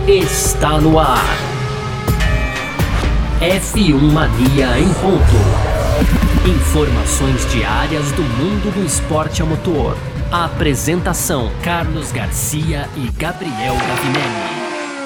está no ar. F1 Mania em ponto. Informações diárias do mundo do esporte a motor. A apresentação: Carlos Garcia e Gabriel Gavinelli.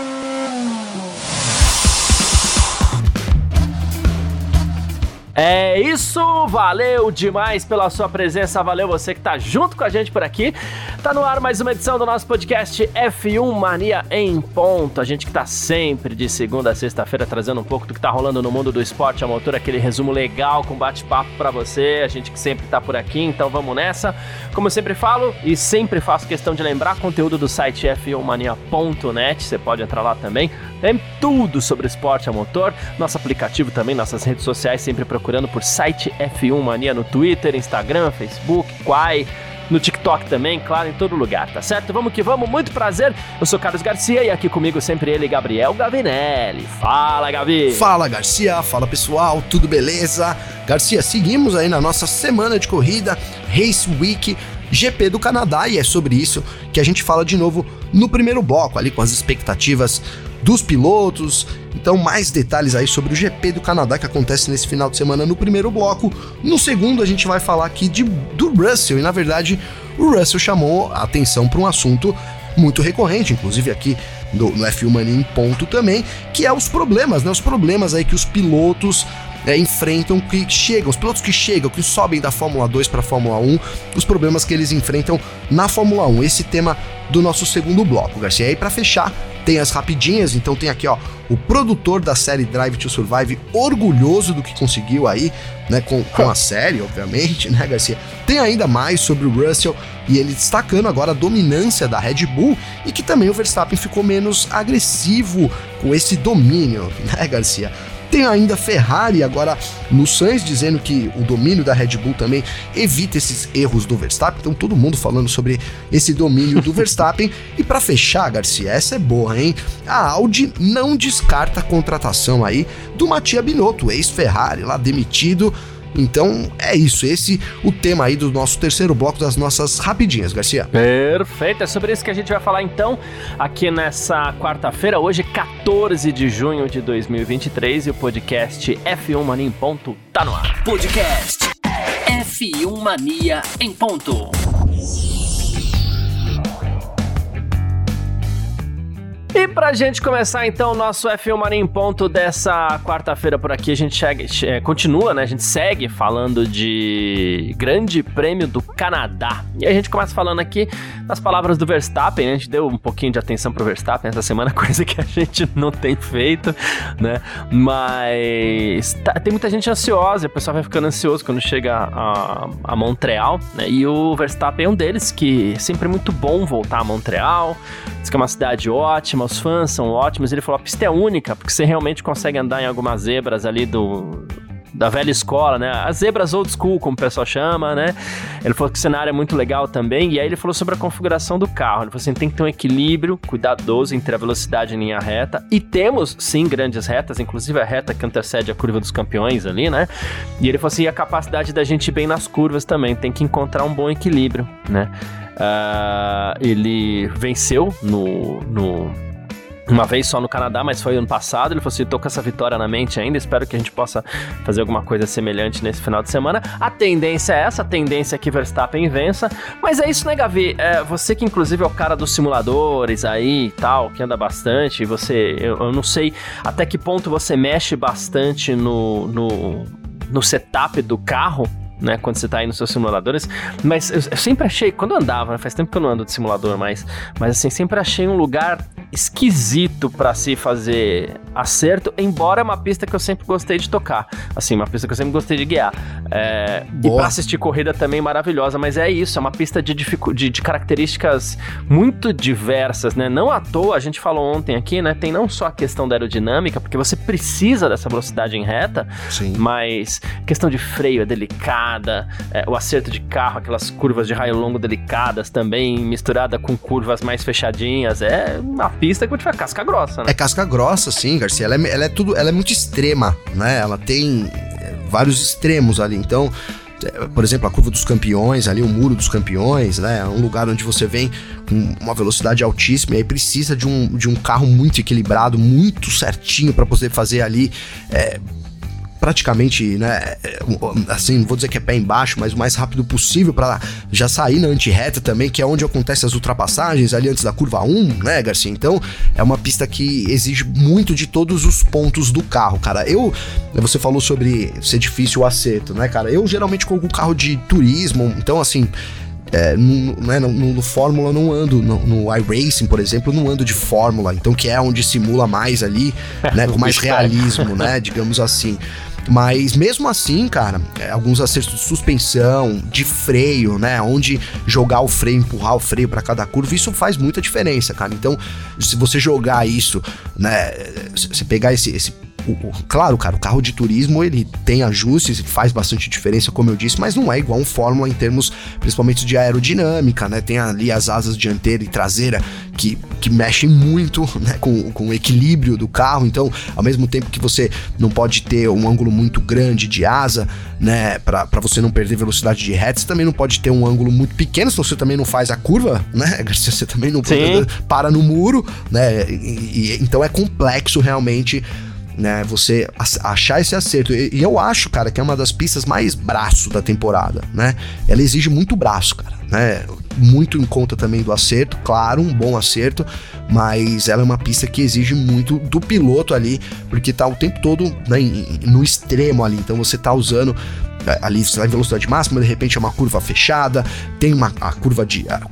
É isso, valeu demais pela sua presença, valeu você que tá junto com a gente por aqui. Tá no ar mais uma edição do nosso podcast F1 Mania em ponto. A gente que tá sempre de segunda a sexta-feira trazendo um pouco do que tá rolando no mundo do esporte a motor, aquele resumo legal com bate-papo pra você, a gente que sempre tá por aqui, então vamos nessa. Como eu sempre falo e sempre faço questão de lembrar, conteúdo do site f1mania.net, você pode entrar lá também, tem tudo sobre esporte a motor, nosso aplicativo também, nossas redes sociais, sempre procurando por site F1 Mania no Twitter, Instagram, Facebook, Quai, no TikTok também, claro, em todo lugar, tá certo? Vamos que vamos, muito prazer, eu sou Carlos Garcia e aqui comigo sempre ele, Gabriel Gavinelli. Fala, Gavi! Fala, Garcia, fala pessoal, tudo beleza? Garcia, seguimos aí na nossa semana de corrida, Race Week, GP do Canadá, e é sobre isso que a gente fala de novo no primeiro bloco, ali com as expectativas dos pilotos. Então, mais detalhes aí sobre o GP do Canadá que acontece nesse final de semana no primeiro bloco. No segundo, a gente vai falar aqui do Russell, e na verdade o Russell chamou a atenção para um assunto muito recorrente, inclusive aqui no F1 Mania em ponto também, que é os problemas, né? Os problemas aí que os pilotos enfrentam, os pilotos que chegam, que sobem da Fórmula 2 para a Fórmula 1, os problemas que eles enfrentam na Fórmula 1. Esse tema do nosso segundo bloco, Garcia. E aí, para fechar, tem as rapidinhas, então tem aqui, ó, o produtor da série Drive to Survive, orgulhoso do que conseguiu aí, né, com a série, obviamente, né, Garcia? Tem ainda mais sobre o Russell, e ele destacando agora a dominância da Red Bull, e que também o Verstappen ficou menos agressivo com esse domínio, né, Garcia? Tem ainda Ferrari agora no Sainz, dizendo que o domínio da Red Bull também evita esses erros do Verstappen. Então todo mundo falando sobre esse domínio do Verstappen. E para fechar, Garcia, essa é boa, hein? A Audi não descarta a contratação aí do Mattia Binotto, ex-Ferrari, lá demitido. Então é isso, esse o tema aí do nosso terceiro bloco das nossas rapidinhas, Garcia. Perfeito, é sobre isso que a gente vai falar então aqui nessa quarta-feira, hoje 14 de junho de 2023, e o podcast F1 Mania em ponto tá no ar. Podcast F1 Mania em ponto. E pra gente começar então o nosso F1 Mania em ponto dessa quarta-feira por aqui, a gente continua, né? A gente segue falando de Grande Prêmio do Canadá. E a gente começa falando aqui das palavras do Verstappen, né? A gente deu um pouquinho de atenção pro Verstappen essa semana, coisa que a gente não tem feito, né? Mas tem muita gente ansiosa, o pessoal vai ficando ansioso quando chega a Montreal, né? E o Verstappen é um deles, que sempre é muito bom voltar a Montreal, diz que é uma cidade ótima, os fãs são ótimos. Ele falou, a pista é única, porque você realmente consegue andar em algumas zebras ali da velha escola, né? As zebras old school, como o pessoal chama, né? Ele falou que o cenário é muito legal também, e aí ele falou sobre a configuração do carro. Ele falou assim, tem que ter um equilíbrio cuidadoso entre a velocidade em linha reta, e temos, sim, grandes retas, inclusive a reta que antecede a curva dos campeões ali, né? E ele falou assim, a capacidade da gente ir bem nas curvas também, tem que encontrar um bom equilíbrio, né? Ele venceu uma vez só no Canadá, mas foi ano passado. Ele falou assim, tô com essa vitória na mente ainda, espero que a gente possa fazer alguma coisa semelhante nesse final de semana. A tendência é essa, a tendência é que Verstappen vença, mas é isso, né, Gavi? Você que inclusive é o cara dos simuladores aí e tal, que anda bastante, eu não sei até que ponto você mexe bastante no setup do carro, né, quando você tá aí nos seus simuladores, mas eu sempre achei, quando eu andava, né, faz tempo que eu não ando de simulador mas assim, sempre achei um lugar esquisito pra se fazer acerto, embora é uma pista que eu sempre gostei de tocar, assim, uma pista que eu sempre gostei de guiar, e pra assistir corrida também maravilhosa, mas é isso, é uma pista de características muito diversas, né, não à toa, a gente falou ontem aqui, né, tem não só a questão da aerodinâmica, porque você precisa dessa velocidade em reta, sim, mas questão de freio é delicada, o acerto de carro, aquelas curvas de raio longo delicadas também, misturada com curvas mais fechadinhas, é uma pista que vou te falar, casca grossa, né? É casca grossa, sim, Garcia, ela é muito extrema, né, ela tem vários extremos ali, então por exemplo, a curva dos campeões, ali o muro dos campeões, né? É um lugar onde você vem com uma velocidade altíssima e aí precisa de um carro muito equilibrado, muito certinho para poder fazer ali praticamente, né, assim, não vou dizer que é pé embaixo, mas o mais rápido possível para já sair na antirreta também, que é onde acontecem as ultrapassagens, ali antes da curva 1, né, Garcia? Então, é uma pista que exige muito de todos os pontos do carro, cara. Você falou sobre ser difícil o acerto, né, cara? Eu geralmente coloco carro de turismo, então, assim, no Fórmula não ando, no iRacing, por exemplo, não ando de Fórmula, então que é onde simula mais ali, né, com mais realismo, né, digamos assim. Mas mesmo assim, cara, alguns acertos de suspensão, de freio, né, onde jogar o freio, empurrar o freio para cada curva, isso faz muita diferença, cara. Então, se você jogar isso, né, você pegar claro, cara, o carro de turismo, ele tem ajustes, faz bastante diferença, como eu disse, mas não é igual um Fórmula em termos, principalmente de aerodinâmica, né? Tem ali as asas dianteira e traseira que mexem muito, né, com o equilíbrio do carro. Então, ao mesmo tempo que você não pode ter um ângulo muito grande de asa, né, pra você não perder velocidade de reta, você também não pode ter um ângulo muito pequeno, senão você também não faz a curva, né? Você também não para no muro, né? Então é complexo realmente, né, você achar esse acerto. E eu acho, cara, que é uma das pistas mais braço da temporada, né? Ela exige muito braço, cara, né? Muito em conta também do acerto, claro, um bom acerto, mas ela é uma pista que exige muito do piloto ali, porque tá o tempo todo, né, no extremo ali, então você tá usando ali, você tá em velocidade máxima, de repente é uma curva fechada, tem a curva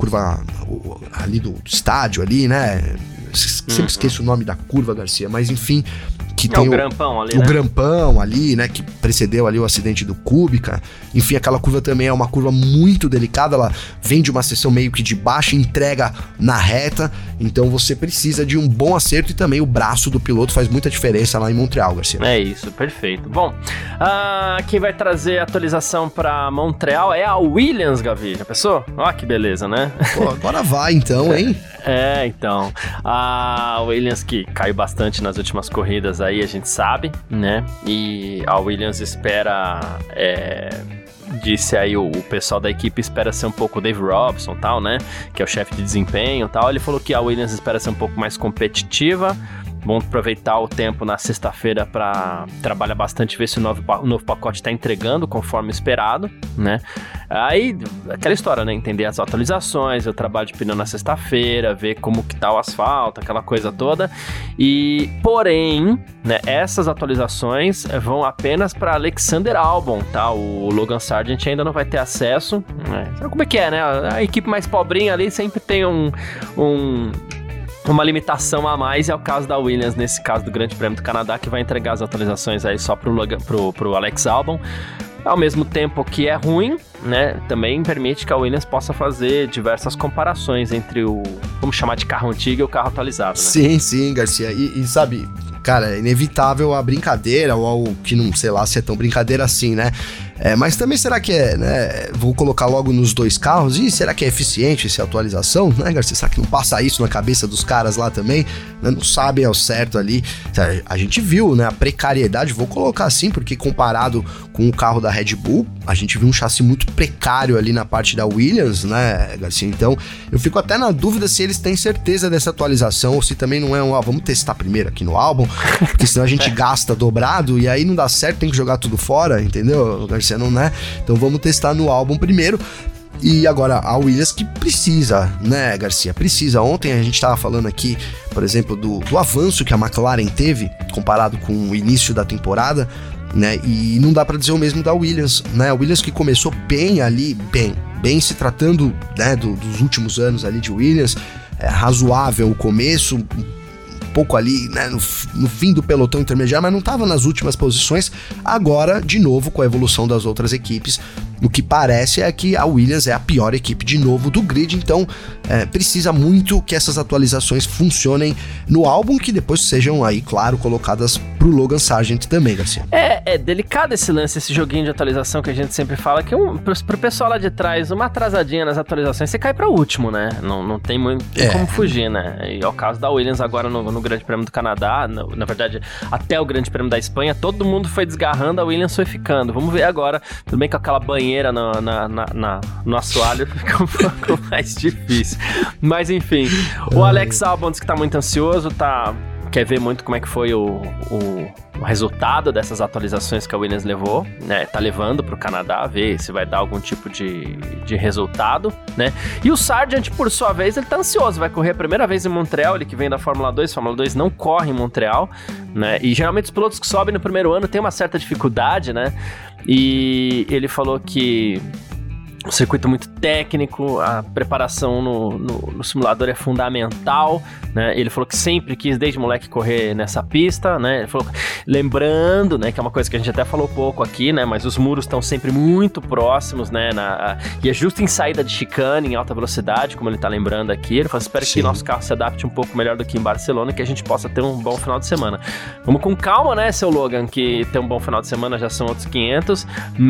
ali do estádio ali, né? Sempre esqueço o nome da curva, Garcia, mas enfim, que tem o grampão ali, o grampão ali, né, que precedeu ali o acidente do Kubica. Enfim, aquela curva também é uma curva muito delicada, ela vem de uma seção meio que de baixo e entrega na reta, então você precisa de um bom acerto e também o braço do piloto faz muita diferença lá em Montreal, Garcia. É isso, perfeito. Bom, quem vai trazer atualização pra Montreal é a Williams, Gavi, já pensou? Ó, que beleza, né? Pô, agora vai então, hein? Então, a Williams que caiu bastante nas últimas corridas aí, a gente sabe, né? E a Williams espera, disse aí o pessoal da equipe espera ser um pouco o Dave Robson, tal, né? Que é o chefe de desempenho, tal. Ele falou que a Williams espera ser um pouco mais competitiva. Vamos aproveitar o tempo na sexta-feira para trabalhar bastante, ver se o novo pacote está entregando conforme esperado, né? Aí, aquela história, né? Entender as atualizações, o trabalho de pneu na sexta-feira, ver como que tá o asfalto, aquela coisa toda. E, porém, né, essas atualizações vão apenas para Alexander Albon, tá? O Logan Sargent ainda não vai ter acesso, né? Sabe como é que é, né? A equipe mais pobrinha ali sempre tem uma limitação a mais, é o caso da Williams, nesse caso do Grande Prêmio do Canadá, que vai entregar as atualizações aí só pro Alex Albon. Ao mesmo tempo que é ruim, né, também permite que a Williams possa fazer diversas comparações entre vamos chamar de carro antigo e o carro atualizado, né? Sim, Garcia, e sabe, cara, é inevitável a brincadeira, ou algo que não, sei lá, se é tão brincadeira assim, né? Mas também será que né? Vou colocar logo nos dois carros, e será que é eficiente essa atualização, né, Garcia? Será que não passa isso na cabeça dos caras lá também? Né? Não sabem ao certo ali. A gente viu, né, a precariedade, vou colocar assim, porque comparado com o carro da Red Bull, a gente viu um chassi muito precário ali na parte da Williams, né, Garcia? Então, eu fico até na dúvida se eles têm certeza dessa atualização, ou se também não é vamos testar primeiro aqui no álbum, porque senão a gente gasta dobrado, e aí não dá certo, tem que jogar tudo fora, entendeu, Garcia? Não, né? Então vamos testar no álbum primeiro. E agora a Williams que precisa, né, Garcia? Precisa. Ontem a gente estava falando aqui, por exemplo, do avanço que a McLaren teve comparado com o início da temporada, né? E não dá para dizer o mesmo da Williams, né? A Williams que começou bem ali, bem se tratando, né, dos últimos anos ali de Williams, razoável o começo, pouco ali, né, no fim do pelotão intermediário, mas não estava nas últimas posições. Agora, de novo, com a evolução das outras equipes, o que parece é que a Williams é a pior equipe de novo do grid, então precisa muito que essas atualizações funcionem no álbum, que depois sejam aí, claro, colocadas pro Logan Sargent também, Garcia. É delicado esse lance, esse joguinho de atualização que a gente sempre fala, que pro pessoal lá de trás, uma atrasadinha nas atualizações, você cai pra último, né? Não tem muito como fugir, né? E é o caso da Williams agora no Grande Prêmio do Canadá, na verdade, até o Grande Prêmio da Espanha, todo mundo foi desgarrando, a Williams foi ficando. Vamos ver agora, tudo bem que aquela banheira no assoalho fica um pouco mais difícil. Mas enfim, o Alex Albon diz que tá muito ansioso, quer ver muito como é que foi o resultado dessas atualizações que a Williams levou, né? Tá levando pro Canadá, ver se vai dar algum tipo de resultado, né? E o Sargent, por sua vez, ele tá ansioso, vai correr a primeira vez em Montreal, ele que vem da Fórmula 2, Fórmula 2 não corre em Montreal, né? E geralmente os pilotos que sobem no primeiro ano têm uma certa dificuldade, né? E ele falou que um circuito muito técnico, a preparação no simulador é fundamental, né? Ele falou que sempre quis, desde moleque, correr nessa pista, né? Ele falou, lembrando, né, que é uma coisa que a gente até falou pouco aqui, né? Mas os muros estão sempre muito próximos, né? E é justo em saída de chicane, em alta velocidade, como ele tá lembrando aqui. Ele falou, espero que nosso carro se adapte um pouco melhor do que em Barcelona e que a gente possa ter um bom final de semana. Vamos com calma, né, seu Logan, que ter um bom final de semana já são outros 500,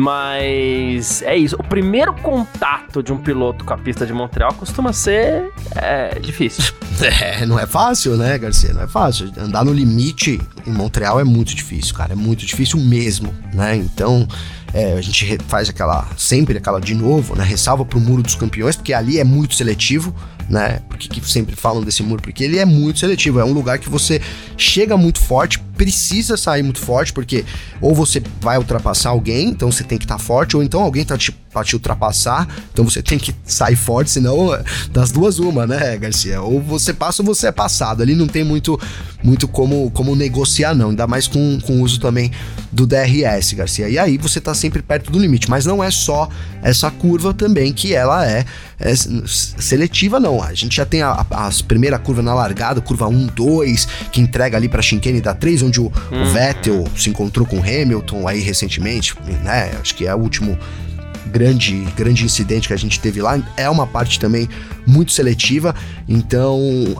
mas é isso. O primeiro contato de um piloto com a pista de Montreal costuma ser difícil. Não é fácil, né, Garcia? Não é fácil. Andar no limite em Montreal é muito difícil, cara. É muito difícil mesmo, né? Então, a gente faz sempre aquela de novo, né? Ressalva pro Muro dos Campeões, porque ali é muito seletivo, né? Porque que sempre falam desse muro? Porque ele é muito seletivo. É um lugar que você chega muito forte, precisa sair muito forte, porque ou você vai ultrapassar alguém, então você tem que estar forte, ou então alguém tá pra te ultrapassar, então você tem que sair forte, senão das duas uma, né, Garcia? Ou você passa ou você é passado. Ali não tem muito como negociar, não, ainda mais com o uso também do DRS, Garcia. E aí você tá sempre perto do limite, mas não é só essa curva também que ela é seletiva, não. A gente já tem a primeira curva na largada, curva 1, 2, que entrega ali pra chicane da 3, onde o Vettel se encontrou com o Hamilton aí recentemente, né? Acho que é o último grande incidente que a gente teve lá. É uma parte também muito seletiva. Então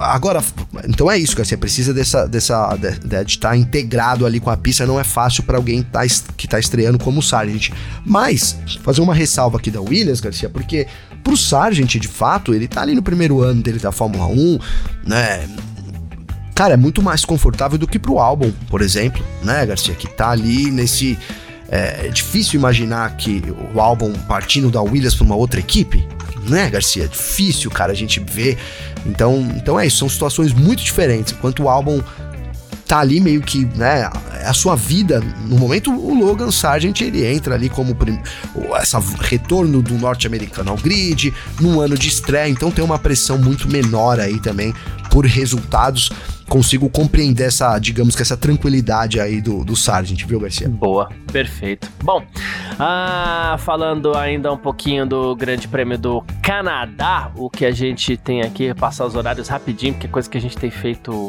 é isso, Garcia. Precisa de estar integrado ali com a pista. Não é fácil para alguém que tá estreando como o Sargent. Mas fazer uma ressalva aqui da Williams, Garcia, porque pro Sargent, de fato, ele tá ali no primeiro ano dele da Fórmula 1, né? Cara, é muito mais confortável do que pro Albon, por exemplo, né, Garcia? Que tá ali nesse... É difícil imaginar que o Albon partindo da Williams para uma outra equipe, né, Garcia? É difícil, cara, a gente ver. Então é isso, são situações muito diferentes. Enquanto o Albon tá ali meio que, né, é a sua vida. No momento, o Logan Sargent, ele entra ali como esse retorno do norte-americano ao grid, num ano de estreia, então tem uma pressão muito menor aí também por resultados. Consigo compreender essa tranquilidade aí do Sargent, viu, Garcia? Boa, perfeito. Bom, falando ainda um pouquinho do Grande Prêmio do Canadá, o que a gente tem aqui, passar os horários rapidinho, porque é coisa que a gente tem feito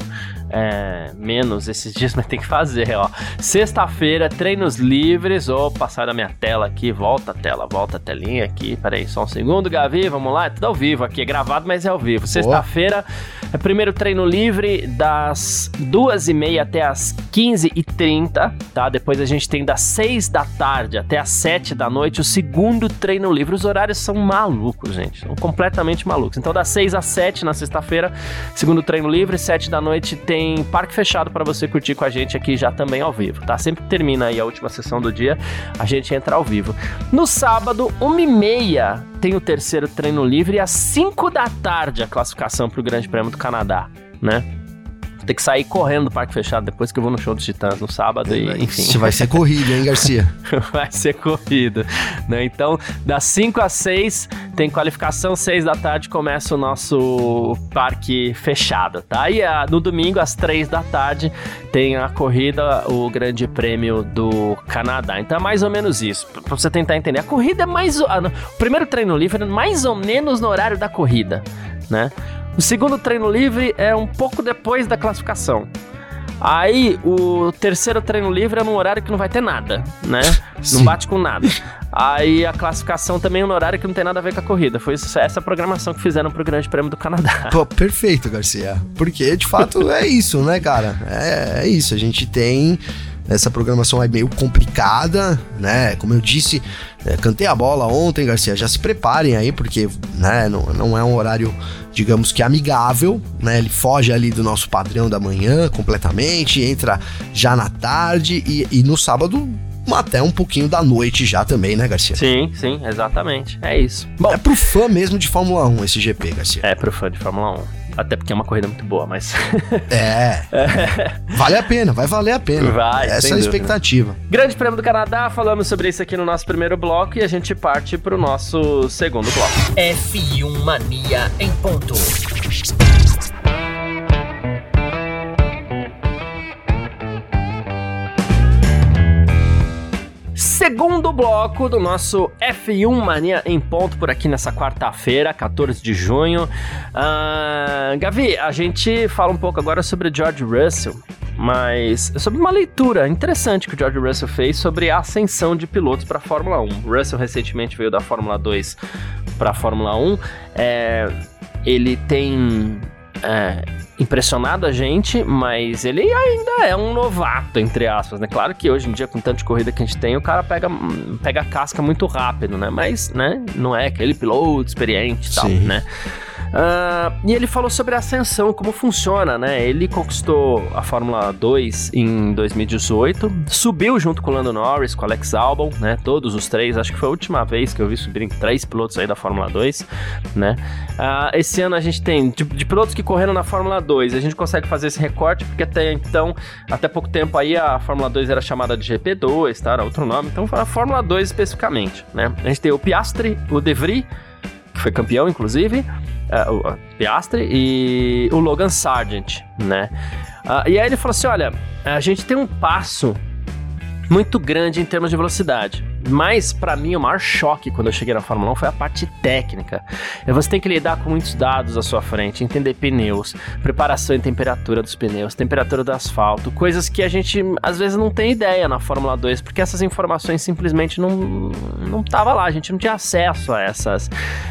menos esses dias, mas tem que fazer, ó. Sexta-feira, treinos livres. Opa, sai da minha tela aqui, volta a telinha aqui, peraí, só um segundo, Gavi, vamos lá, é tudo ao vivo aqui, é gravado, mas é ao vivo. Sexta-feira, primeiro treino livre das 2h30 até as 15h30, tá? Depois a gente tem das 6 da tarde até as 7 da noite o segundo treino livre. Os horários são malucos, gente, são completamente malucos. Então das 6 às 7 na sexta-feira, segundo treino livre, 7 da noite tem parque fechado para você curtir com a gente aqui já também ao vivo, tá? Sempre que termina aí a última sessão do dia, a gente entra ao vivo. No sábado, 1h30 tem o terceiro treino livre e às 5 da tarde a classificação para o Grande Prêmio do Canadá, né? Vou ter que sair correndo do parque fechado depois que eu vou no show dos Titãs no sábado e enfim. Isso vai ser corrido, hein, Garcia? Vai ser corrido, né? Então, das 5 às 6 tem qualificação, 6 da tarde começa o nosso parque fechado, tá? E no domingo, às 3 da tarde, tem a corrida, o Grande Prêmio do Canadá. Então é mais ou menos isso, pra você tentar entender. A corrida é o primeiro treino livre é mais ou menos no horário da corrida, né? O segundo treino livre é um pouco depois da classificação. Aí, o terceiro treino livre é num horário que não vai ter nada, né? Não bate com nada. Aí, a classificação também é num horário que não tem nada a ver com a corrida. Foi essa programação que fizeram pro Grande Prêmio do Canadá. Pô, perfeito, Garcia. Porque, de fato, é isso, né, cara? É isso. A gente tem... Essa programação é meio complicada, né? Como eu disse, cantei a bola ontem, Garcia. Já se preparem aí, porque né, não é um horário, digamos que amigável, né? Ele foge ali do nosso padrão da manhã completamente, entra já na tarde e no sábado até um pouquinho da noite já também, né, Garcia? Sim, exatamente. É isso. Bom, é pro fã mesmo de Fórmula 1 esse GP, Garcia. É pro fã de Fórmula 1. Até porque é uma corrida muito boa, mas... Vale a pena, vai valer a pena. Vai, essa é a expectativa. Grande Prêmio do Canadá, falamos sobre isso aqui no nosso primeiro bloco e a gente parte pro nosso segundo bloco. F1 Mania em ponto. Segundo bloco do nosso F1 Mania em ponto por aqui nessa quarta-feira, 14 de junho. Gavi, a gente fala um pouco agora sobre o George Russell, mas sobre uma leitura interessante que o George Russell fez sobre a ascensão de pilotos para a Fórmula 1. O Russell recentemente veio da Fórmula 2 para a Fórmula 1. Ele tem... impressionado a gente, mas ele ainda é um novato, entre aspas, né? Claro que hoje em dia, com tanta corrida que a gente tem, o cara pega a casca muito rápido, né? Mas, né, não é aquele piloto experiente e tal, né? E ele falou sobre a ascensão, como funciona, né? Ele conquistou a Fórmula 2 em 2018, subiu junto com o Lando Norris, com o Alex Albon, né? Todos os três, acho que foi a última vez que eu vi subirem 3 pilotos aí da Fórmula 2, né? Esse ano a gente tem, de pilotos que correram na Fórmula 2, a gente consegue fazer esse recorte, porque até pouco tempo aí a Fórmula 2 era chamada de GP2, tá? Era outro nome, então a Fórmula 2 especificamente, né? A gente tem o Piastri, o De Vries, que foi campeão, inclusive, o Piastri, e o Logan Sargent, né? E aí ele falou assim, olha, a gente tem um passo muito grande em termos de velocidade, mas pra mim o maior choque quando eu cheguei na Fórmula 1 foi a parte técnica. Você tem que lidar com muitos dados à sua frente, entender pneus, preparação e temperatura dos pneus, temperatura do asfalto, coisas que a gente às vezes não tem ideia na Fórmula 2, porque essas informações simplesmente não tava lá, a gente não tinha acesso a essas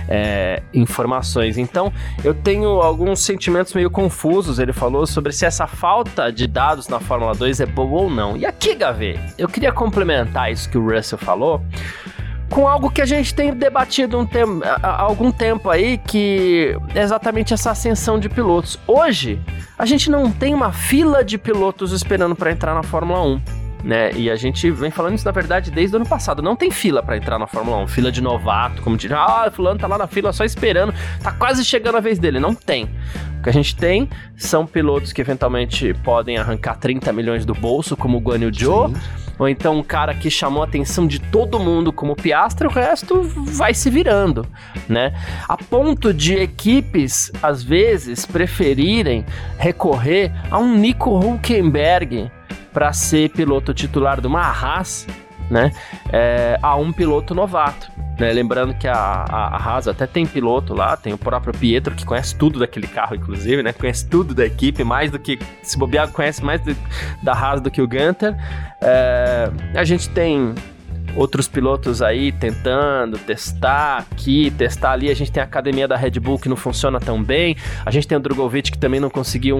informações. Então eu tenho alguns sentimentos meio confusos, ele falou, sobre se essa falta de dados na Fórmula 2 é boa ou não. E aqui, Gavê, eu queria complementar isso que o Russell falou com algo que a gente tem debatido há algum tempo aí, que é exatamente essa ascensão de pilotos. Hoje, a gente não tem uma fila de pilotos esperando para entrar na Fórmula 1. Né? E a gente vem falando isso, na verdade, desde o ano passado. Não tem fila pra entrar na Fórmula 1, fila de novato, como diz, fulano tá lá na fila só esperando, tá quase chegando a vez dele. Não tem. O que a gente tem são pilotos que eventualmente podem arrancar 30 milhões do bolso, como o Guan Yu Zhou, ou então um cara que chamou a atenção de todo mundo, como o Piastri, o resto vai se virando, né? A ponto de equipes, às vezes, preferirem recorrer a um Nico Hülkenberg para ser piloto titular de uma Haas, né, a um piloto novato, né? Lembrando que a Haas até tem piloto lá, tem o próprio Pietro, que conhece tudo daquele carro, inclusive, né, conhece tudo da equipe, mais do que, se bobear, conhece mais da Haas do que o Gunter. A gente tem outros pilotos aí tentando testar aqui, testar ali. A gente tem a academia da Red Bull que não funciona tão bem, a gente tem o Drogovic que também não conseguiu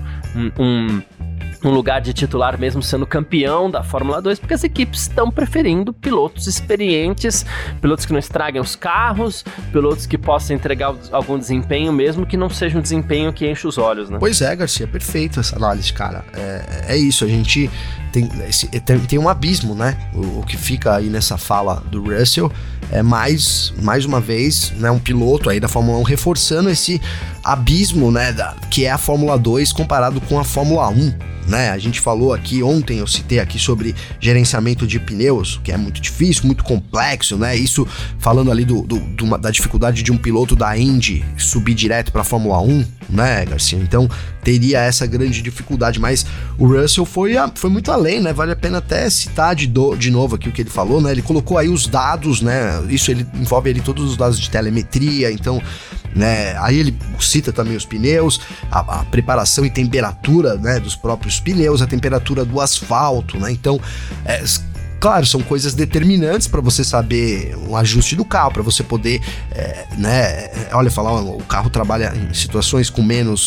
um lugar de titular mesmo sendo campeão da Fórmula 2, porque as equipes estão preferindo pilotos experientes, pilotos que não estraguem os carros, pilotos que possam entregar algum desempenho, mesmo que não seja um desempenho que enche os olhos, né? Pois é, Garcia, perfeito essa análise, cara. É isso, a gente tem um abismo, né? O que fica aí nessa fala do Russell é mais uma vez, né, um piloto aí da Fórmula 1 reforçando esse abismo, né, que é a Fórmula 2 comparado com a Fórmula 1. Né? A gente falou aqui, ontem eu citei aqui sobre gerenciamento de pneus, que é muito difícil, muito complexo, né? Isso falando ali da dificuldade de um piloto da Indy subir direto para a Fórmula 1, né, Garcia? Então teria essa grande dificuldade, mas o Russell foi muito além, né? Vale a pena até citar de novo aqui o que ele falou, né? Ele colocou aí os dados, né? Isso ele envolve ali todos os dados de telemetria, então, né? Aí ele cita também os pneus, a preparação e temperatura, né, dos próprios pneus, a temperatura do asfalto, né? Então, claro, são coisas determinantes para você saber o ajuste do carro, para você poder, falar, o carro trabalha em situações com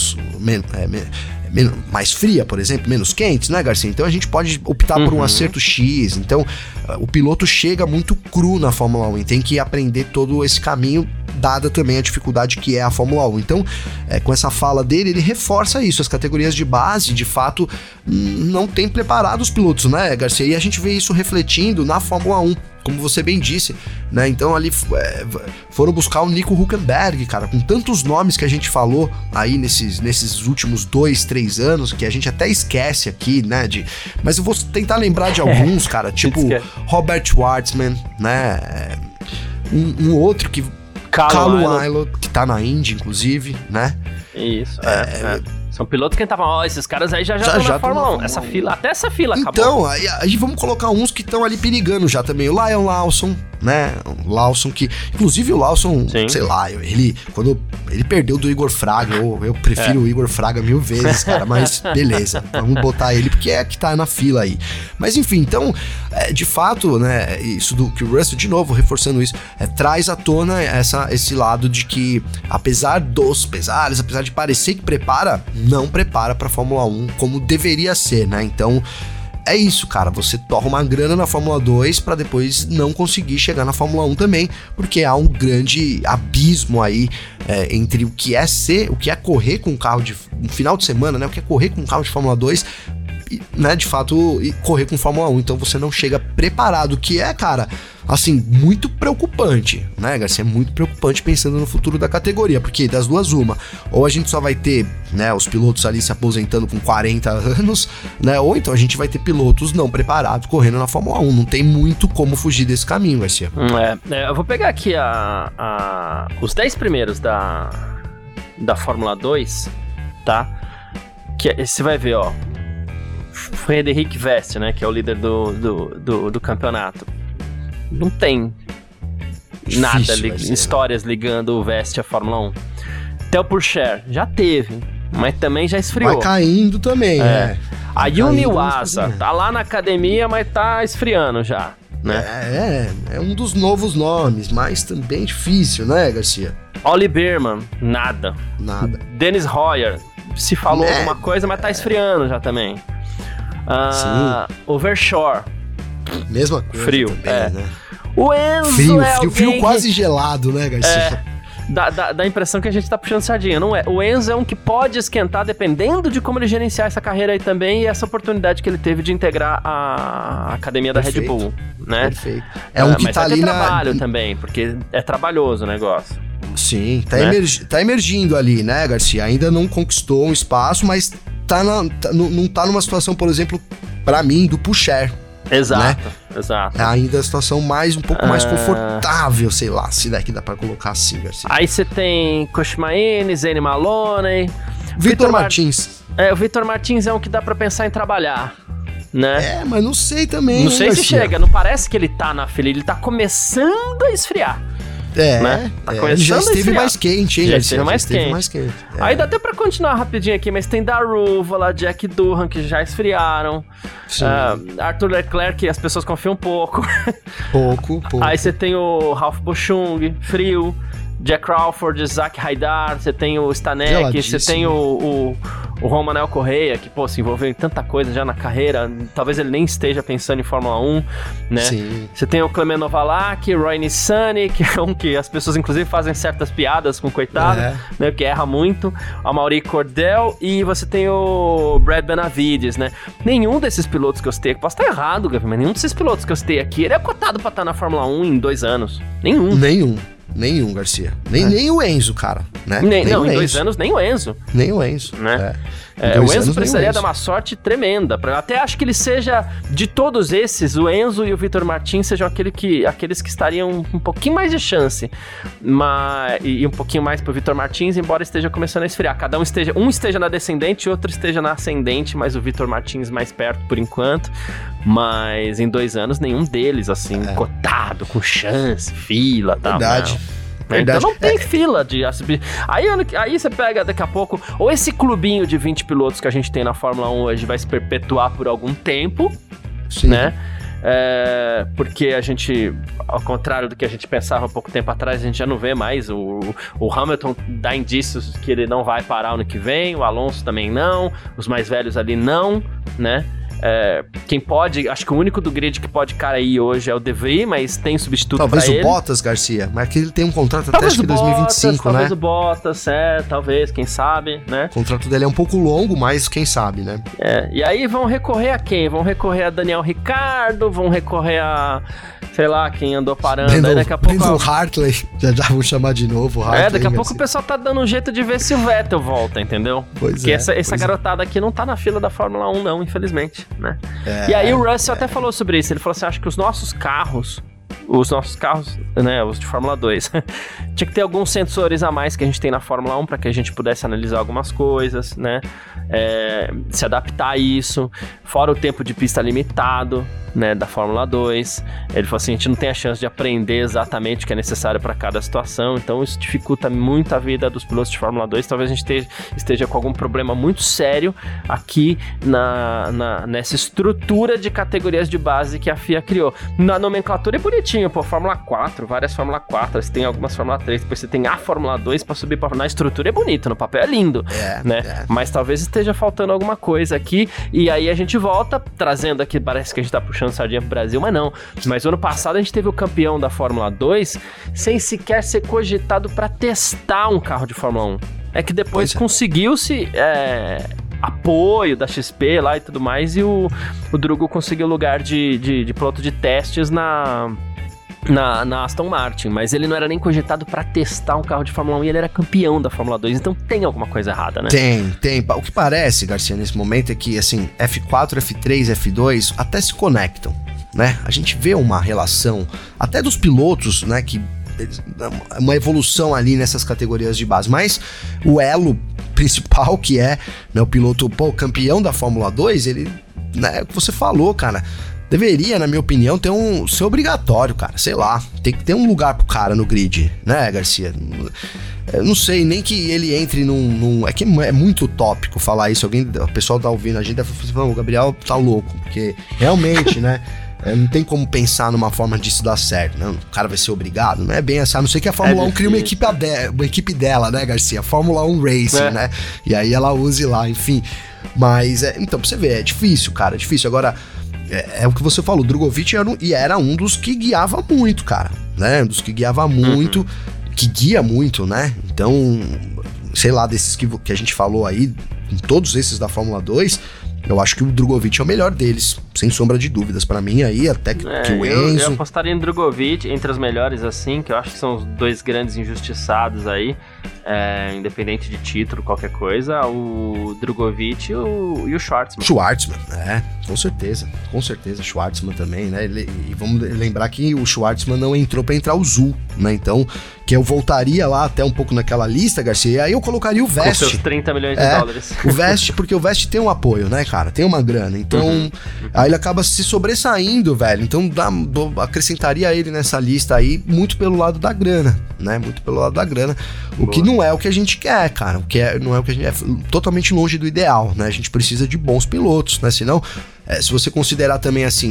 mais fria, por exemplo, menos quentes, né, Garcia? Então a gente pode optar por um acerto X. Então o piloto chega muito cru na Fórmula 1 e tem que aprender todo esse caminho, dada também a dificuldade que é a Fórmula 1. Então, com essa fala dele, ele reforça isso. As categorias de base, de fato, não têm preparado os pilotos, né, Garcia? E a gente vê isso refletindo na Fórmula 1, como você bem disse, né? Então ali foram buscar o Nico Hülkenberg, cara, com tantos nomes que a gente falou aí nesses últimos 2-3 anos, que a gente até esquece aqui, né? Mas eu vou tentar lembrar de alguns, cara, tipo Robert Schwartzman, né? Um outro que... Callum Ilott, que tá na Indy, inclusive, né? Isso, São pilotos que estavam, esses caras aí já estão na Fórmula 1. Até essa fila acabou. Então, aí vamos colocar uns que estão ali perigando já também. O Liam Lawson, né? O Lawson que... Inclusive o Lawson, sei lá, quando ele perdeu do Igor Fraga, eu prefiro o Igor Fraga 1000 vezes, cara, mas beleza, vamos botar ele porque é que tá na fila aí. Mas enfim, então, de fato, né, isso do que o Russell, de novo, reforçando isso, traz à tona esse lado de que, apesar dos pesares, apesar de parecer que prepara, não prepara pra Fórmula 1 como deveria ser, né? Então, é isso, cara, você torra uma grana na Fórmula 2 pra depois não conseguir chegar na Fórmula 1 também, porque há um grande abismo aí entre o que é correr com um carro um final de semana, né? O que é correr com um carro de Fórmula 2, né, de fato, e correr com Fórmula 1. Então você não chega preparado, que é, cara, assim, muito preocupante, né, Garcia? É muito preocupante pensando no futuro da categoria, porque das duas uma, ou a gente só vai ter, né, os pilotos ali se aposentando com 40 anos, né, ou então a gente vai ter pilotos não preparados correndo na Fórmula 1. Não tem muito como fugir desse caminho, Garcia. Eu vou pegar aqui os 10 primeiros da Fórmula 2, tá? Que você vai ver, ó, Frederic Vest, né, que é o líder do campeonato. Não tem nada, histórias ligando o Vest à Fórmula 1. Theo Pourchaire já teve, mas também já esfriou. Vai caindo também, né? A Yumi Wasa tá lá na academia, mas tá esfriando já, né? É um dos novos nomes, mas também difícil, né, Garcia? Ollie Bearman, nada. Dennis Hoyer, se falou alguma coisa, mas tá esfriando já também. O Verschoor, mesma coisa. Frio, também, né? O Enzo frio quase gelado, né, Garcia? Dá a impressão que a gente tá puxando sardinha, não é? O Enzo é um que pode esquentar dependendo de como ele gerenciar essa carreira aí também, e essa oportunidade que ele teve de integrar a academia da Red Bull, né? Perfeito. É um que mas tá ali trabalho também, porque é trabalhoso o negócio. Sim, tá emergindo ali, né, Garcia? Ainda não conquistou um espaço, mas não tá numa situação, por exemplo, pra mim, do Pourchaire. Exato, né? Exato. É ainda a situação um pouco mais confortável, sei lá, se daqui dá pra colocar assim, Garcia. Aí você tem Koshmaene, Zane Maloney, Vitor Martins. O Vitor Martins é um que dá pra pensar em trabalhar, né? Mas não sei também. Não sei Garcia. Se chega, não parece que ele tá na fila, ele tá começando a esfriar. Né? Ele já esteve mais quente, hein? Já esteve mais quente. Aí dá até pra continuar rapidinho aqui, mas tem Daruvala, Jack Durham, que já esfriaram. Arthur Leclerc, que as pessoas confiam um pouco. Pouco. Aí você tem o Ralf Boschung, frio. Jack Crawford, Zach Haidar, você tem o Stanek, você tem o Romanel Correia, que, se envolveu em tanta coisa já na carreira, talvez ele nem esteja pensando em Fórmula 1, né? Sim. Você tem o Clement Novalak, Roy Nissany, que é um que as pessoas, inclusive, fazem certas piadas com o coitado, né? Que erra muito. O Amaury Cordell, e você tem o Brad Benavides, né? Nenhum desses pilotos que eu citei, posso estar errado, Gavi, mas nenhum desses pilotos que eu citei aqui, ele é cotado pra estar na Fórmula 1 em 2 anos. Nenhum. Nenhum, Garcia. Nem o Enzo, cara, né? Não, em 2 anos, nem o Enzo. Nem o Enzo, né? O Enzo precisaria dar uma sorte tremenda. Até acho que ele seja, de todos esses, o Enzo e o Vitor Martins sejam aqueles que estariam um pouquinho mais de chance. E um pouquinho mais pro Vitor Martins, embora esteja começando a esfriar. Cada um esteja na descendente e outro esteja na ascendente, mas o Vitor Martins mais perto por enquanto. Mas em 2 anos, nenhum deles, assim, cotado, com chance, fila e tal. Verdade. Então não tem fila de subir. Aí você pega daqui a pouco, ou esse clubinho de 20 pilotos que a gente tem na Fórmula 1 hoje vai se perpetuar por algum tempo, sim, né? Porque a gente, ao contrário do que a gente pensava há pouco tempo atrás, a gente já não vê mais. O Hamilton dá indícios que ele não vai parar ano que vem, o Alonso também não, os mais velhos ali não, né? Quem pode, acho que o único do grid que pode cair hoje é o De Vries, mas tem substituto pra ele. Talvez o Bottas, Garcia, mas que ele tem um contrato até acho que 2025, talvez o Bottas, talvez, quem sabe, né? O contrato dele é um pouco longo, mas quem sabe, né? E aí vão recorrer a quem? Vão recorrer a Daniel Ricciardo, vão recorrer a, sei lá, quem andou parando. Aí daqui a pouco Brandon Hartley, já vou chamar de novo o Hartley. Daqui a pouco o pessoal tá dando um jeito de ver se o Vettel volta, entendeu? Porque essa garotada aqui não tá na fila da Fórmula 1 não, infelizmente, né? E aí o Russell até falou sobre isso, ele falou assim, acho que os nossos carros, né, os de Fórmula 2, tinha que ter alguns sensores a mais que a gente tem na Fórmula 1 para que a gente pudesse analisar algumas coisas, né, se adaptar a isso, fora o tempo de pista limitado, né, da Fórmula 2. Ele falou assim, a gente não tem a chance de aprender exatamente o que é necessário para cada situação, então isso dificulta muito a vida dos pilotos de Fórmula 2. Talvez a gente esteja com algum problema muito sério aqui nessa estrutura de categorias de base que a FIA criou. Na nomenclatura é bonitinho, Fórmula 4, várias Fórmula 4, você tem algumas Fórmula 3, depois você tem a Fórmula 2 para subir na estrutura é bonito, no papel é lindo, né? Mas talvez esteja faltando alguma coisa aqui, e aí a gente volta trazendo aqui, parece que a gente tá puxando sardinha pro Brasil, mas não. Mas ano passado a gente teve o campeão da Fórmula 2 sem sequer ser cogitado para testar um carro de Fórmula 1. É que depois conseguiu-se apoio da XP lá e tudo mais, e o Drugo conseguiu lugar de piloto de testes na Aston Martin, mas ele não era nem cogitado para testar um carro de Fórmula 1 e ele era campeão da Fórmula 2, então tem alguma coisa errada, né? Tem. O que parece, Garcia, nesse momento é que, assim, F4, F3, F2 até se conectam, né? A gente vê uma relação, até dos pilotos, né, que uma evolução ali nessas categorias de base, mas o elo principal, que é, né, o piloto, campeão da Fórmula 2, ele, né, o que você falou, cara, deveria, na minha opinião, ser obrigatório, cara, sei lá, tem que ter um lugar pro cara no grid, né, Garcia? Eu não sei, nem que ele entre é que é muito utópico falar isso, o pessoal tá ouvindo, a gente deve falar, o Gabriel tá louco, porque realmente, né, não tem como pensar numa forma disso dar certo, né? O cara vai ser obrigado, não é bem assim, a não ser que a Fórmula 1 crie uma equipe dela, né, Garcia? Fórmula 1 Racing, né? E aí ela use lá, enfim. Mas, então, pra você ver, é difícil, cara, é difícil. Agora, é o que você falou, o Drogovic era um dos que guiava muito, cara, né? Um dos que guiava muito, que guia muito, né? Então, sei lá, desses que a gente falou aí, em todos esses da Fórmula 2, eu acho que o Drogovic é o melhor deles, sem sombra de dúvidas. Pra mim, aí, até que o Enzo... Eu apostaria em Drogovic, entre os melhores, assim, que eu acho que são os dois grandes injustiçados aí, independente de título, qualquer coisa, o Drogovic e o Schwartzman. Schwartzman, com certeza, Schwartzman também, né? E vamos lembrar que o Schwartzman não entrou pra entrar o Zul, né? Então, que eu voltaria lá até um pouco naquela lista, Garcia, e aí eu colocaria o Vest. Com seus 30 milhões de dólares. O Vest, porque o Vest tem um apoio, né, cara? Tem uma grana, então... Aí ele acaba se sobressaindo, velho. Então acrescentaria ele nessa lista aí muito pelo lado da grana, né? Muito pelo lado da grana. O que não é o que a gente quer, cara. Não é o que a gente é totalmente longe do ideal, né? A gente precisa de bons pilotos, né? Senão, se você considerar também assim,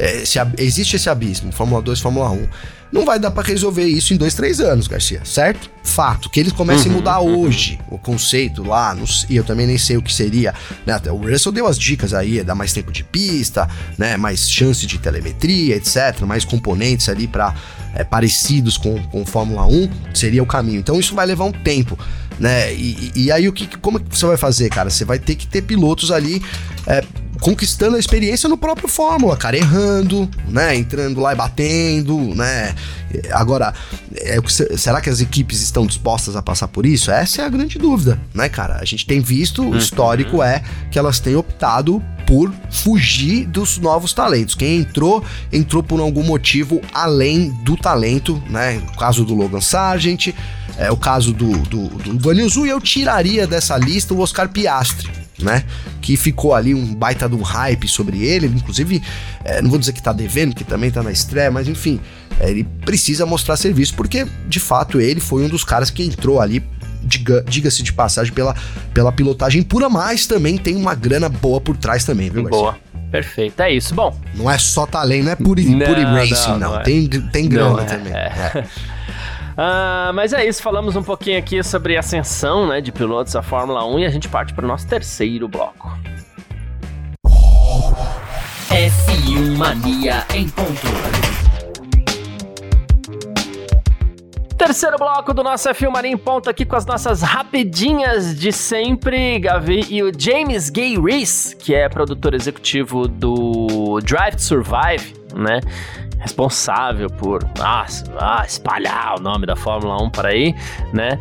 existe esse abismo, Fórmula 2, Fórmula 1. Não vai dar pra resolver isso em 2-3 anos, Garcia, certo? Fato, que eles comecem a mudar hoje o conceito lá, e eu também nem sei o que seria, né? Até o Russell deu as dicas aí, dar mais tempo de pista, né? Mais chance de telemetria, etc, mais componentes ali para parecidos com Fórmula 1, seria o caminho. Então isso vai levar um tempo, né? E aí como que você vai fazer, cara? Você vai ter que ter pilotos ali conquistando a experiência no próprio Fórmula, cara, errando, né, entrando lá e batendo, né. Agora, será que as equipes estão dispostas a passar por isso? Essa é a grande dúvida, né, cara? A gente tem visto, o histórico é que elas têm optado por fugir dos novos talentos. Quem entrou por algum motivo além do talento, né? O caso do Logan Sargent, o caso do Guan Yu Zhou, e eu tiraria dessa lista o Oscar Piastri, né? Que ficou ali um baita de um hype sobre ele, inclusive, não vou dizer que tá devendo, que também tá na estreia, mas enfim, ele precisa mostrar serviço, porque de fato ele foi um dos caras que entrou ali, diga-se de passagem, pela pilotagem pura, mas também tem uma grana boa por trás também, viu, Garcia? Boa. Perfeito, é isso. Bom, não é só talento, não é pure racing, não. Tem grana também. Mas é isso, falamos um pouquinho aqui sobre a ascensão, né, de pilotos da Fórmula 1 e a gente parte para o nosso terceiro bloco. F1 Mania em ponto. Terceiro bloco do nosso F1 Mania em ponto aqui com as nossas rapidinhas de sempre, Gavi, e o James Gay Reese, que é produtor executivo do Drive to Survive, né, responsável por espalhar o nome da Fórmula 1 por aí, né,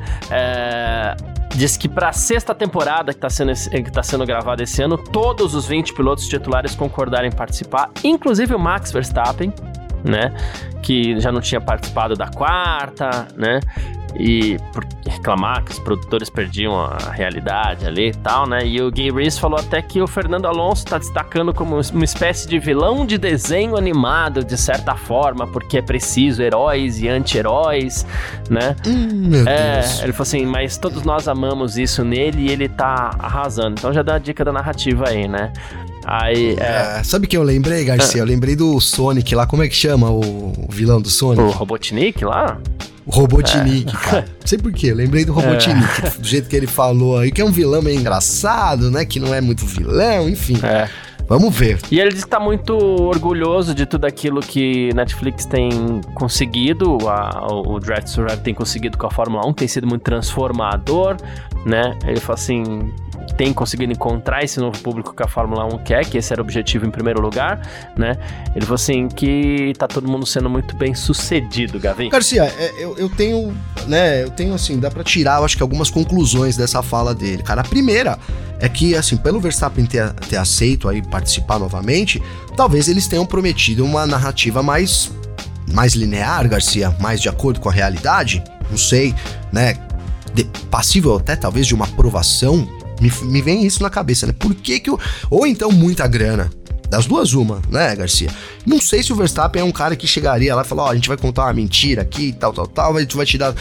diz que para a sexta temporada que está sendo gravada esse ano, todos os 20 pilotos titulares concordaram em participar, inclusive o Max Verstappen, né, que já não tinha participado da quarta, né, e por reclamar que os produtores perdiam a realidade ali e tal, né, e o Gay Reese falou até que o Fernando Alonso está destacando como uma espécie de vilão de desenho animado, de certa forma, porque é preciso heróis e anti-heróis, né, meu Deus. Ele falou assim, mas todos nós amamos isso nele e ele tá arrasando, então já dá a dica da narrativa aí, né. Aí, sabe o que eu lembrei, Garcia? Eu lembrei do Sonic lá, como é que chama o vilão do Sonic? O Robotnik lá? O Robotnik, cara. Não sei porquê, eu lembrei do Robotnik, do jeito que ele falou aí, que é um vilão meio engraçado, né? Que não é muito vilão, enfim. Vamos ver. E ele diz que tá muito orgulhoso de tudo aquilo que Netflix tem conseguido, o Drive to Survive tem conseguido com a Fórmula 1, tem sido muito transformador, né? Ele fala assim, tem conseguido encontrar esse novo público que a Fórmula 1 quer, que esse era o objetivo em primeiro lugar, né? Ele falou assim, que tá todo mundo sendo muito bem sucedido, Gavin. Garcia, eu tenho, assim, dá pra tirar, eu acho que algumas conclusões dessa fala dele, cara. A primeira é que, assim, pelo Verstappen ter aceito aí participar novamente, talvez eles tenham prometido uma narrativa mais linear, Garcia, mais de acordo com a realidade, não sei, né? Passível até talvez de uma aprovação. Me vem isso na cabeça, né? Por que ou então muita grana. Das duas uma, né, Garcia? Não sei se o Verstappen é um cara que chegaria lá e falar, a gente vai contar uma mentira aqui, tal, a gente vai te dar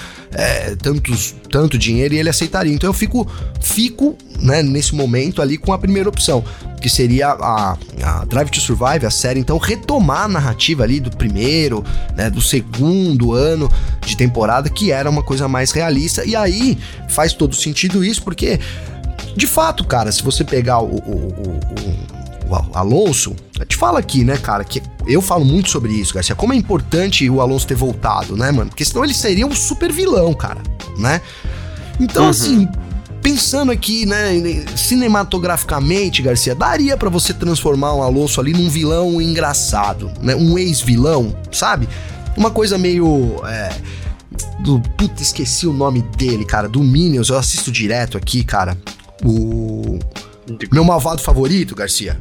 tanto dinheiro, e ele aceitaria. Então eu fico, né, nesse momento ali com a primeira opção, que seria a Drive to Survive, a série, então retomar a narrativa ali do primeiro, né, do segundo ano de temporada, que era uma coisa mais realista, e aí faz todo sentido isso, porque de fato, cara, se você pegar o Alonso, eu te falo aqui, né, cara, que eu falo muito sobre isso, Garcia, como é importante o Alonso ter voltado, né, mano, porque senão ele seria um super vilão, cara, né, então assim, pensando aqui, né, cinematograficamente, Garcia, daria pra você transformar o Alonso ali num vilão engraçado, né, um ex-vilão, sabe, uma coisa meio, esqueci o nome dele, cara, do Minions, eu assisto direto aqui, cara, o meu malvado favorito, Garcia.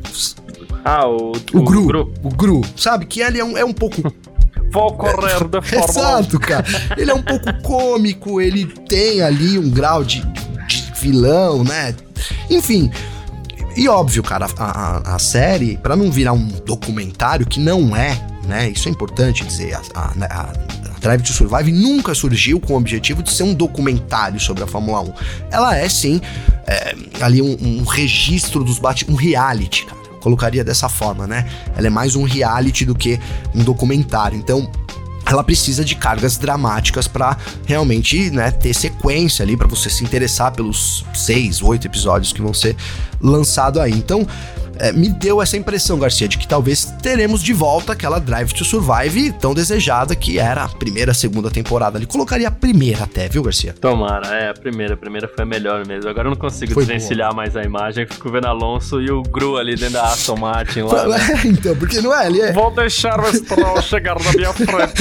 O Gru, sabe? Que ele é um pouco... Vou correr da Fórmula 1. Exato, cara. Ele é um pouco cômico, ele tem ali um grau de vilão, né? Enfim, e óbvio, cara, a série, pra não virar um documentário, que não é, né? Isso é importante dizer, a Drive to Survive nunca surgiu com o objetivo de ser um documentário sobre a Fórmula 1. Ela é, sim, ali um registro dos um reality, cara. Colocaria dessa forma, né? Ela é mais um reality do que um documentário. Então, ela precisa de cargas dramáticas pra realmente, né, ter sequência ali, pra você se interessar pelos 6, 8 episódios que vão ser lançados aí. Então, me deu essa impressão, Garcia, de que talvez teremos de volta aquela Drive to Survive tão desejada que era a primeira, segunda temporada. Ele colocaria a primeira até, viu, Garcia? Tomara, a primeira foi a melhor mesmo. Agora eu não consigo desvencilhar mais a imagem, fico vendo Alonso e o Gru ali dentro da Aston Martin lá. Né? Então, porque não é, ele é... Vou deixar o Stroll chegar na minha frente.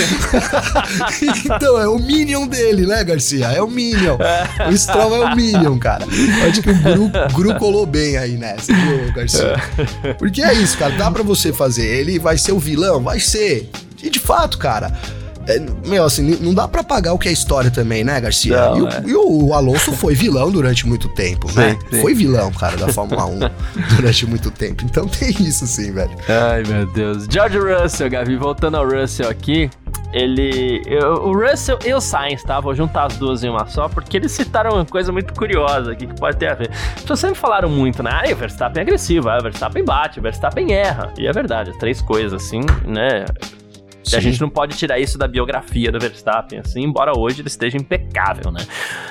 Então, é o Minion dele, né, Garcia? É o Minion. O Stroll é o Minion, cara. Eu acho que o Gru colou bem aí nessa, viu, Garcia? Porque é isso, cara, dá pra você fazer. Ele vai ser o vilão? Vai ser. E de fato, cara, assim, não dá pra apagar o que é história também, né, Garcia? Não, e o Alonso foi vilão durante muito tempo, né? Sim. Foi vilão, cara, da Fórmula 1 durante muito tempo. Então tem isso sim, velho. Ai, meu Deus. George Russell, Gavi, voltando ao Russell aqui. O Russell e o Sainz, tá? Vou juntar as duas em uma só, porque eles citaram uma coisa muito curiosa aqui que pode ter a ver. Vocês sempre falaram muito, né? O Verstappen é agressivo, o Verstappen bate, o Verstappen erra. E é verdade, as 3 coisas assim, né? Sim. A gente não pode tirar isso da biografia do Verstappen, assim, embora hoje ele esteja impecável, né?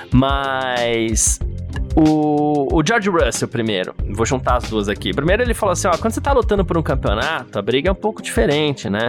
Mas... O George Russell primeiro, vou juntar as duas aqui. Primeiro ele falou assim, quando você tá lutando por um campeonato, a briga é um pouco diferente, né?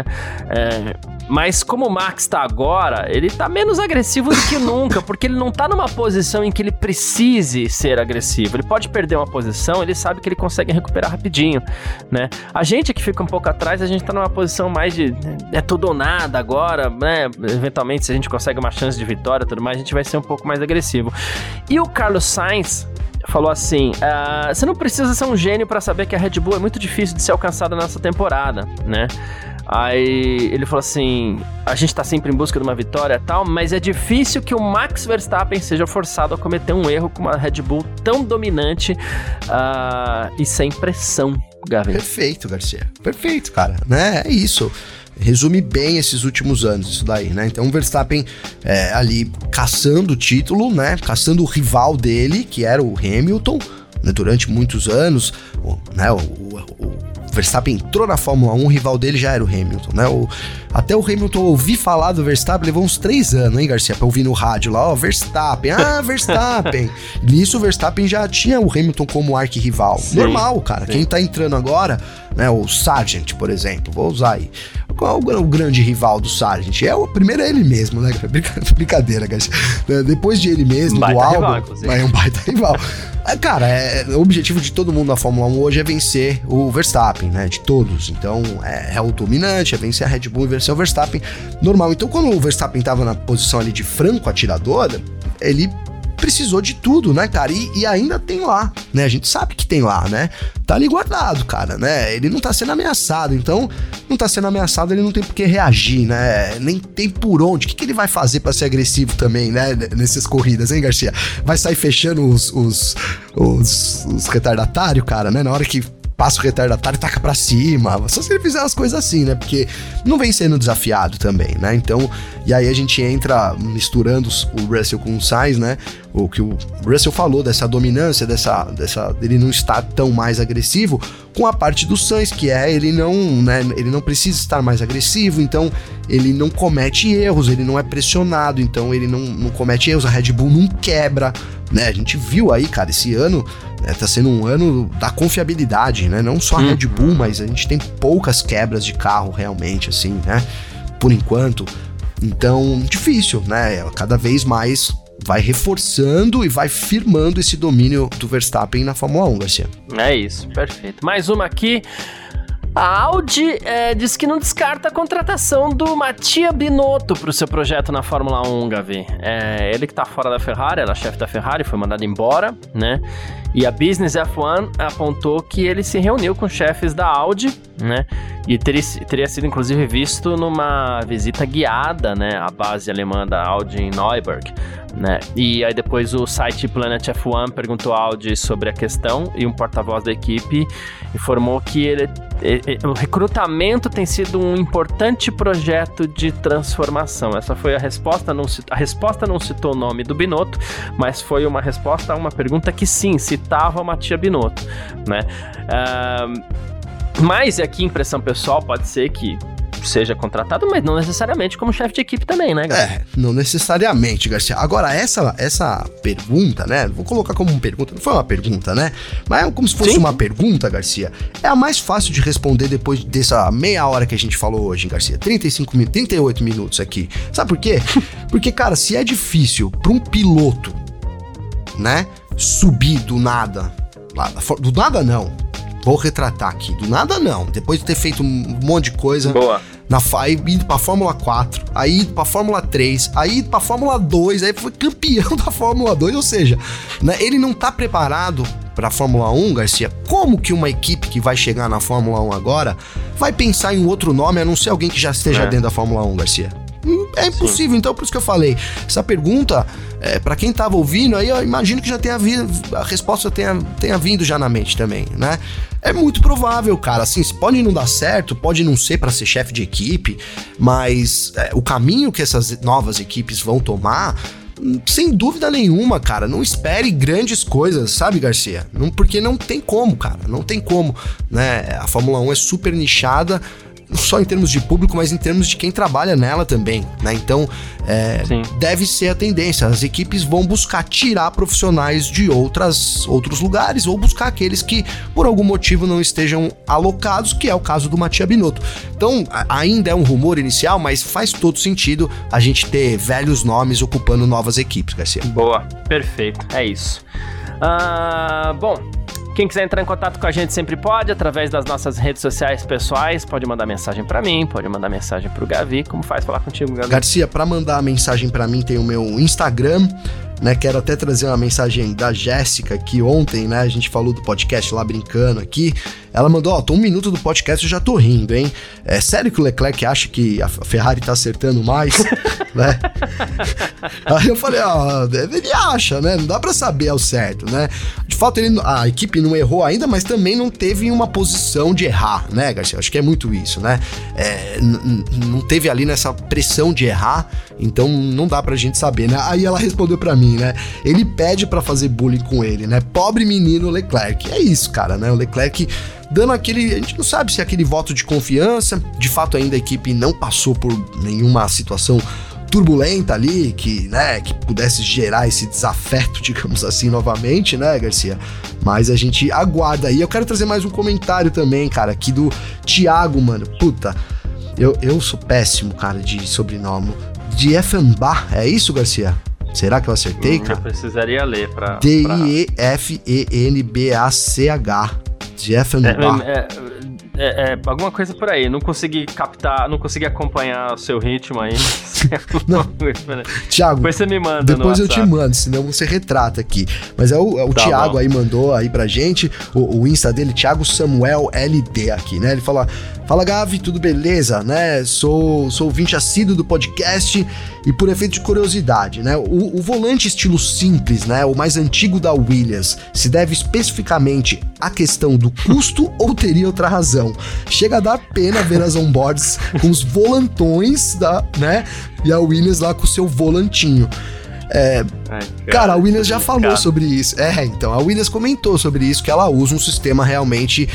Mas como o Max tá agora, ele tá menos agressivo do que nunca, porque ele não tá numa posição em que ele precise ser agressivo. Ele pode perder uma posição, ele sabe que ele consegue recuperar rapidinho, né? A gente que fica um pouco atrás, a gente tá numa posição mais de tudo ou nada agora, né? Eventualmente, se a gente consegue uma chance de vitória e tudo mais, a gente vai ser um pouco mais agressivo. E o Carlos Sainz falou assim, você não precisa ser um gênio pra saber que a Red Bull é muito difícil de ser alcançada nessa temporada, né? Aí ele falou assim, a gente tá sempre em busca de uma vitória e tal, mas é difícil que o Max Verstappen seja forçado a cometer um erro com uma Red Bull tão dominante e sem pressão, Gavin. Perfeito, Garcia. Perfeito, cara, né? É isso. Resume bem esses últimos anos, isso daí, né? Então o Verstappen ali caçando o título, né? Caçando o rival dele, que era o Hamilton, né? Durante muitos anos, né? O Verstappen entrou na Fórmula 1, o rival dele já era o Hamilton, né? Até o Hamilton ouvir falar do Verstappen levou uns 3 anos, hein, Garcia? Pra ouvir no rádio lá, Verstappen, Verstappen. Nisso o Verstappen já tinha o Hamilton como arquirrival. Normal, cara. Sim. Quem tá entrando agora, né? O Sargent, por exemplo, vou usar aí. Qual é o grande rival do Sargent? Primeiro é ele mesmo, né? Brincadeira, Garcia. Depois de ele mesmo, do álbum, é um baita rival. Cara, o objetivo de todo mundo na Fórmula 1 hoje é vencer o Verstappen, né? De todos. Então, é o dominante, é vencer a Red Bull e vencer o Verstappen. Normal. Então, quando o Verstappen tava na posição ali de franco atirador, ele precisou de tudo, né, cara? E ainda tem lá, né? A gente sabe que tem lá, né? Tá ali guardado, cara, né? Ele não tá sendo ameaçado, então não tá sendo ameaçado, ele não tem por que reagir, né? Nem tem por onde. O que ele vai fazer pra ser agressivo também, né? Nessas corridas, hein, Garcia? Vai sair fechando os retardatários, cara, né? Na hora que passa o retardatário e taca pra cima. Só se ele fizer as coisas assim, né? Porque não vem sendo desafiado também, né? Então, e aí a gente entra misturando o Russell com o Sainz, né? O que o Russell falou dessa dominância, dele não estar tão mais agressivo, com a parte do Sainz, que ele não precisa estar mais agressivo, então ele não comete erros, ele não é pressionado, então ele não comete erros, a Red Bull não quebra, né? A gente viu aí, cara, esse ano, né, tá sendo um ano da confiabilidade, né? Não só a Red Bull, mas a gente tem poucas quebras de carro realmente, assim, né? Por enquanto. Então, difícil, né? Cada vez mais vai reforçando e vai firmando esse domínio do Verstappen na Fórmula 1, Garcia. É isso, perfeito. Mais uma aqui. A Audi diz que não descarta a contratação do Mattia Binotto para o seu projeto na Fórmula 1, Gavi. Ele que tá fora da Ferrari, era chefe da Ferrari, foi mandado embora, né? E a Business F1 apontou que ele se reuniu com chefes da Audi, né? E teria sido inclusive visto numa visita guiada, né? À base alemã da Audi em Neuburg, né? E aí depois o site Planet F1 perguntou à Audi sobre a questão e um porta-voz da equipe informou que o recrutamento tem sido um importante projeto de transformação. Essa foi a resposta. A resposta não citou o nome do Binotto, mas foi uma resposta a uma pergunta que sim, citava o Mattia Binotto, né? Mas aqui, impressão pessoal, pode ser que seja contratado, mas não necessariamente como chefe de equipe também, né, Garcia? Não necessariamente, Garcia. Agora, essa pergunta, né? Vou colocar como uma pergunta, não foi uma pergunta, né? Mas é como se fosse uma pergunta, Garcia. É a mais fácil de responder depois dessa meia hora que a gente falou hoje, Garcia. 38 minutos aqui. Sabe por quê? Porque, cara, se é difícil para um piloto, né, subir do nada, do nada não, vou retratar aqui, do nada não, depois de ter feito um monte de coisa, boa, aí indo pra Fórmula 4, aí indo pra Fórmula 3, aí indo pra Fórmula 2, aí foi campeão da Fórmula 2, ou seja, né, ele não tá preparado pra Fórmula 1, Garcia. Como que uma equipe que vai chegar na Fórmula 1 agora vai pensar em um outro nome a não ser alguém que já esteja dentro da Fórmula 1, Garcia? É impossível. Sim. Então por isso que eu falei, essa pergunta, pra quem tava ouvindo, aí eu imagino que já tenha vindo, a resposta tenha vindo já na mente também, né? É muito provável, cara, assim, pode não dar certo, pode não ser pra ser chefe de equipe, mas o caminho que essas novas equipes vão tomar, sem dúvida nenhuma, cara, não espere grandes coisas, sabe, Garcia? Porque não tem como, cara, não tem como, né? A Fórmula 1 é super nichada, só em termos de público, mas em termos de quem trabalha nela também, né? Então, deve ser a tendência. As equipes vão buscar tirar profissionais de outros lugares ou buscar aqueles que, por algum motivo, não estejam alocados, que é o caso do Mattia Binotto. Então, ainda é um rumor inicial, mas faz todo sentido a gente ter velhos nomes ocupando novas equipes, Garcia. Boa, perfeito, é isso. Bom... Quem quiser entrar em contato com a gente sempre pode, através das nossas redes sociais pessoais, pode mandar mensagem pra mim, pode mandar mensagem pro Gavi. Como faz falar contigo, Gavi? Garcia, pra mandar mensagem pra mim tem o meu Instagram, né? Quero até trazer uma mensagem da Jéssica, que ontem, né, a gente falou do podcast lá brincando aqui. Ela mandou, tô 1 minuto do podcast e já tô rindo, hein? É sério que o Leclerc acha que a Ferrari tá acertando mais, né? Aí eu falei, ele acha, né? Não dá pra saber ao certo, né? De fato, a equipe não errou ainda, mas também não teve uma posição de errar, né, Garcia? Acho que é muito isso, né? Não teve ali nessa pressão de errar, então não dá pra gente saber, né? Aí ela respondeu pra mim, né? Ele pede pra fazer bullying com ele, né? Pobre menino Leclerc. É isso, cara, né? O Leclerc dando aquele... A gente não sabe se é aquele voto de confiança. De fato, ainda a equipe não passou por nenhuma situação turbulenta ali, que pudesse gerar esse desafeto, digamos assim, novamente, né, Garcia? Mas a gente aguarda aí. Eu quero trazer mais um comentário também, cara, aqui do Thiago, mano. Puta, eu sou péssimo, cara, de sobrenome. De Diefenbach, é isso, Garcia? Será que eu acertei, cara? Eu precisaria ler pra... Diefenbach. Diefenbach. Alguma coisa por aí. Não consegui captar, não consegui acompanhar o seu ritmo aí. Não. Thiago, depois você me manda. Depois eu te mando, senão você retrata aqui. Mas o tá Thiago bom. Aí mandou aí pra gente o Insta dele, Thiago Samuel LD aqui, né? Ele fala Gavi, tudo beleza, né? Sou ouvinte assíduo do podcast e por efeito de curiosidade, né? O volante estilo simples, né? O mais antigo da Williams, se deve especificamente à questão do custo ou teria outra razão? Chega a dar pena ver as onboards com os volantões né? E a Williams lá com o seu volantinho. Cara, a Williams já falou sobre isso. Então, a Williams comentou sobre isso, que ela usa um sistema realmente...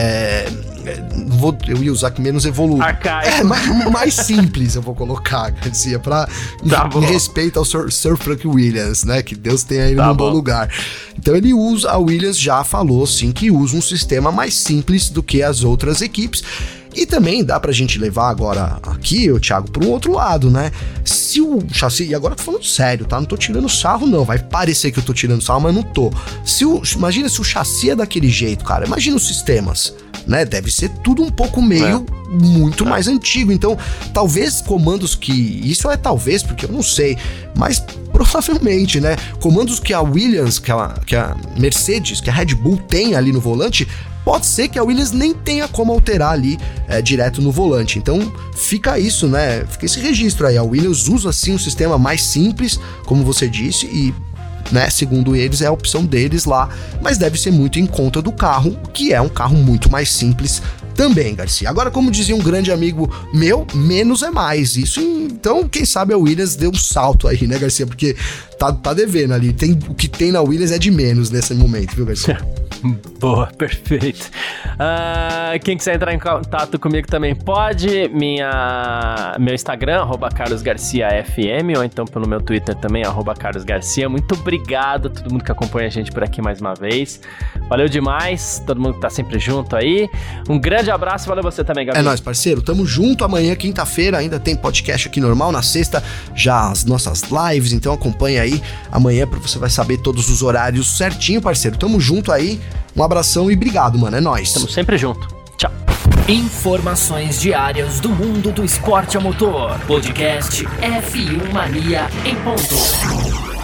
eu ia usar que menos evoluído. Mais simples, eu vou colocar, Garcia, em respeito ao Sir Frank Williams, né? Que Deus tenha ele num bom lugar. Então a Williams já falou, sim, que usa um sistema mais simples do que as outras equipes. E também dá pra gente levar agora aqui, Thiago, para um outro lado, né? Se o chassi... E agora eu tô falando sério, tá? Não tô tirando sarro, não. Vai parecer que eu tô tirando sarro, mas não tô. Imagina se o chassi é daquele jeito, cara. Imagina os sistemas, né? Deve ser tudo um pouco muito mais antigo. Então, talvez comandos que... Isso talvez, porque eu não sei. Mas provavelmente, né? Comandos que a Williams, que a Mercedes, que a Red Bull tem ali no volante... Pode ser que a Williams nem tenha como alterar ali direto no volante. Então fica isso, né? Fica esse registro aí. A Williams usa sim um sistema mais simples, como você disse, e, né, segundo eles, é a opção deles lá, mas deve ser muito em conta do carro, que é um carro muito mais simples também, Garcia. Agora, como dizia um grande amigo meu, menos é mais. Isso, então, quem sabe a Williams deu um salto aí, né, Garcia? Porque tá devendo ali. O que tem na Williams é de menos nesse momento, viu, Garcia? Boa, perfeito. Quem quiser entrar em contato comigo também pode. Meu Instagram, @carlosgarciafm, ou então pelo meu Twitter também, @carlosgarcia. Muito obrigado a todo mundo que acompanha a gente por aqui mais uma vez. Valeu demais, todo mundo que tá sempre junto aí. Um grande abraço, valeu você também, Gabi. É nóis, parceiro. Tamo junto. Amanhã, quinta-feira, ainda tem podcast aqui normal. Na sexta, já as nossas lives. Então acompanha aí amanhã, você vai saber todos os horários certinho, parceiro. Tamo junto aí. Um abração e obrigado, mano. É nóis. Tamo sempre junto. Tchau. Informações diárias do mundo do esporte a motor. Podcast F1 Mania em ponto.